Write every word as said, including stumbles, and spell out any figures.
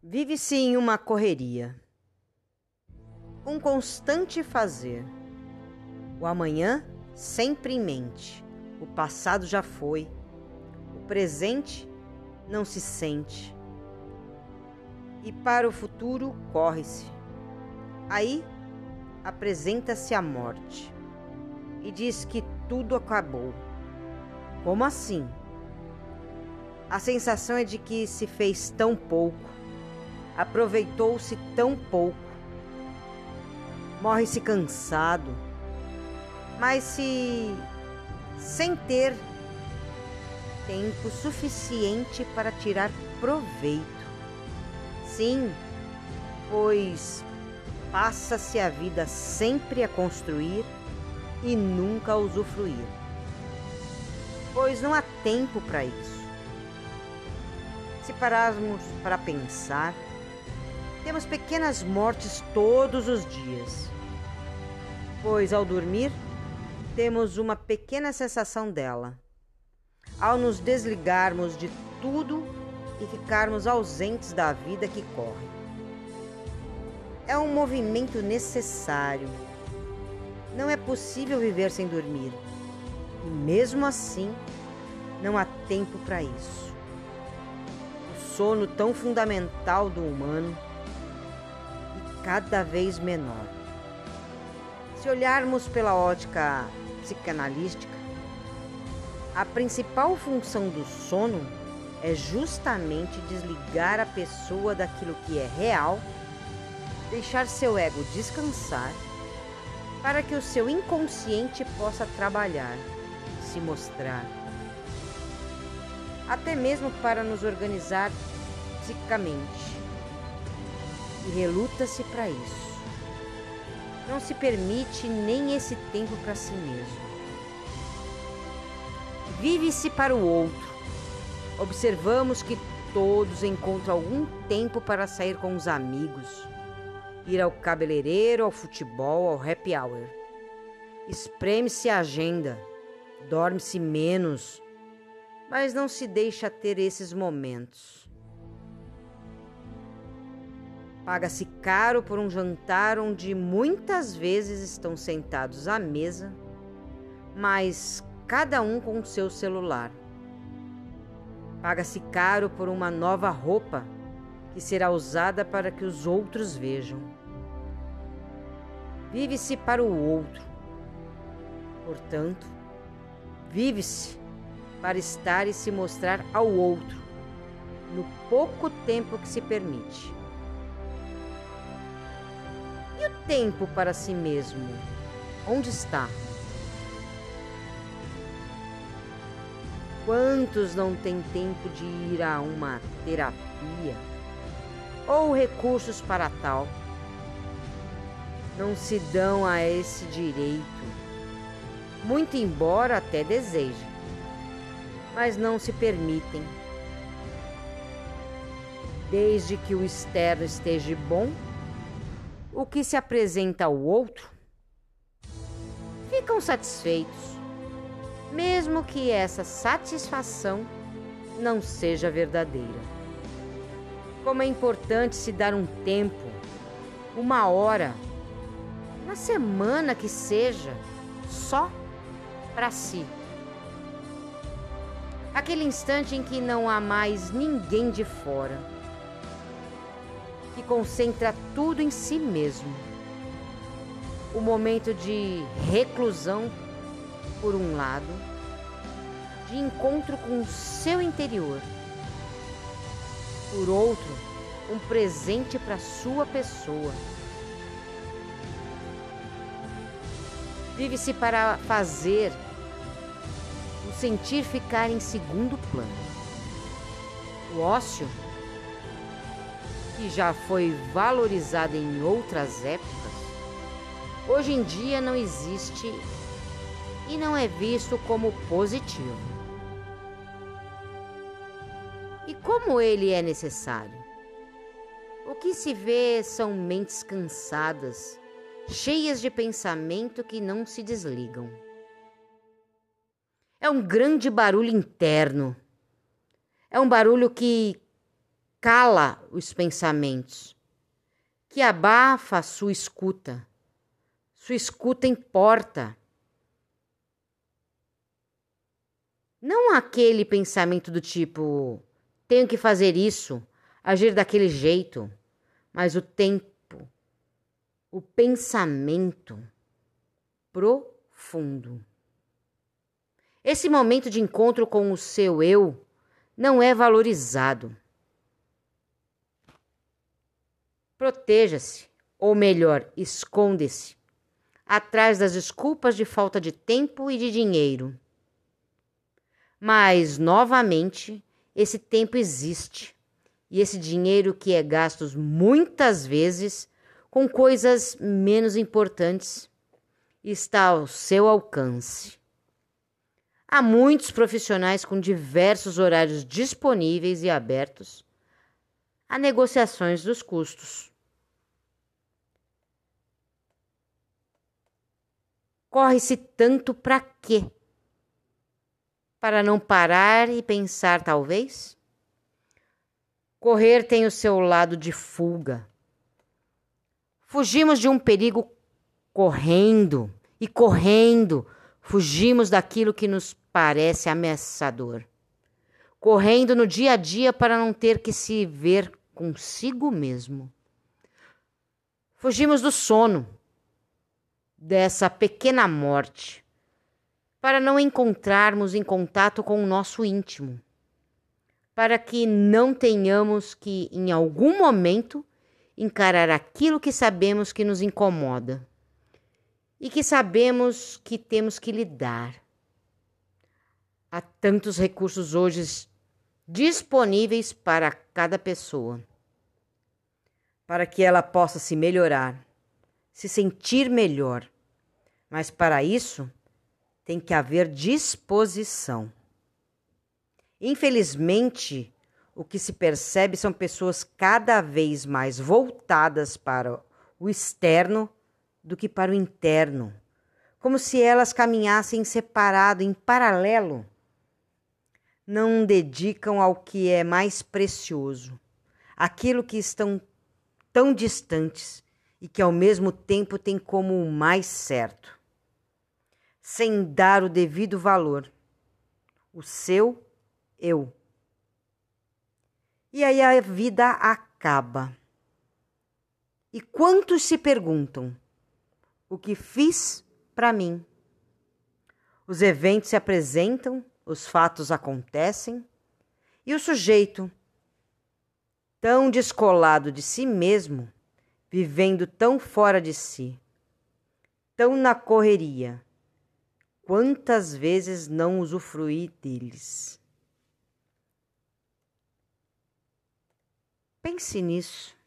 Vive-se em uma correria, um constante fazer. O amanhã sempre em mente, o passado já foi, o presente não se sente. E para o futuro corre-se. Aí apresenta-se a morte e diz que tudo acabou. Como assim? A sensação é de que se fez tão pouco, aproveitou-se tão pouco, morre-se cansado, mas se sem ter tempo suficiente para tirar proveito. Sim, pois passa-se a vida sempre a construir e nunca a usufruir, pois não há tempo para isso. Se pararmos para pensar, temos pequenas mortes todos os dias, pois ao dormir temos uma pequena sensação dela. Ao nos desligarmos de tudo e ficarmos ausentes da vida que corre. É um movimento necessário. Não é possível viver sem dormir. E mesmo assim, não há tempo para isso. O sono tão fundamental do humano e cada vez menor. Se olharmos pela ótica psicanalística, a principal função do sono é justamente desligar a pessoa daquilo que é real, deixar seu ego descansar, para que o seu inconsciente possa trabalhar, se mostrar, até mesmo para nos organizar psicamente. E reluta-se para isso. Não se permite nem esse tempo para si mesmo. Vive-se para o outro. Observamos que todos encontram algum tempo para sair com os amigos, ir ao cabeleireiro, ao futebol, ao happy hour. Espreme-se a agenda, dorme-se menos, mas não se deixa ter esses momentos. Paga-se caro por um jantar onde muitas vezes estão sentados à mesa, mas cada um com o seu celular. Paga-se caro por uma nova roupa que será usada para que os outros vejam. Vive-se para o outro. Portanto, vive-se para estar e se mostrar ao outro no pouco tempo que se permite. E o tempo para si mesmo, onde está? Quantos não têm tempo de ir a uma terapia ou recursos para tal? Não se dão a esse direito, muito embora até desejem, mas não se permitem. Desde que o externo esteja bom, o que se apresenta ao outro, ficam satisfeitos. Mesmo que essa satisfação não seja verdadeira. Como é importante se dar um tempo, uma hora, na semana que seja, só para si. Aquele instante em que não há mais ninguém de fora, que concentra tudo em si mesmo. O momento de reclusão, por um lado, de encontro com o seu interior. Por outro, um presente para sua pessoa. Vive-se para fazer o sentir ficar em segundo plano. O ócio, que já foi valorizado em outras épocas, hoje em dia não existe e não é visto como positivo. E como ele é necessário? O que se vê são mentes cansadas, cheias de pensamento que não se desligam. É um grande barulho interno. É um barulho que cala os pensamentos, que abafa a sua escuta. Sua escuta importa. Não aquele pensamento do tipo, tenho que fazer isso, agir daquele jeito, mas o tempo, o pensamento profundo. Esse momento de encontro com o seu eu não é valorizado. Proteja-se, ou melhor, esconde-se, atrás das desculpas de falta de tempo e de dinheiro. Mas, novamente, esse tempo existe, e esse dinheiro que é gasto muitas vezes com coisas menos importantes está ao seu alcance. Há muitos profissionais com diversos horários disponíveis e abertos a negociações dos custos. Corre-se tanto para quê? Para não parar e pensar, talvez? Correr tem o seu lado de fuga. Fugimos de um perigo correndo e correndo. Fugimos daquilo que nos parece ameaçador. Correndo no dia a dia para não ter que se ver consigo mesmo. Fugimos do sono, dessa pequena morte, para não encontrarmos em contato com o nosso íntimo, para que não tenhamos que, em algum momento, encarar aquilo que sabemos que nos incomoda e que sabemos que temos que lidar. Há tantos recursos hoje disponíveis para cada pessoa, para que ela possa se melhorar, se sentir melhor, mas para isso tem que haver disposição. Infelizmente, o que se percebe são pessoas cada vez mais voltadas para o externo do que para o interno, como se elas caminhassem separado, em paralelo. Não dedicam ao que é mais precioso, aquilo que estão tão distantes e que ao mesmo tempo tem como o mais certo, sem dar o devido valor, o seu eu. E aí a vida acaba. E quantos se perguntam, o que fiz para mim? Os eventos se apresentam, os fatos acontecem, e o sujeito, tão descolado de si mesmo, vivendo tão fora de si, tão na correria, quantas vezes não usufruí deles? Pense nisso.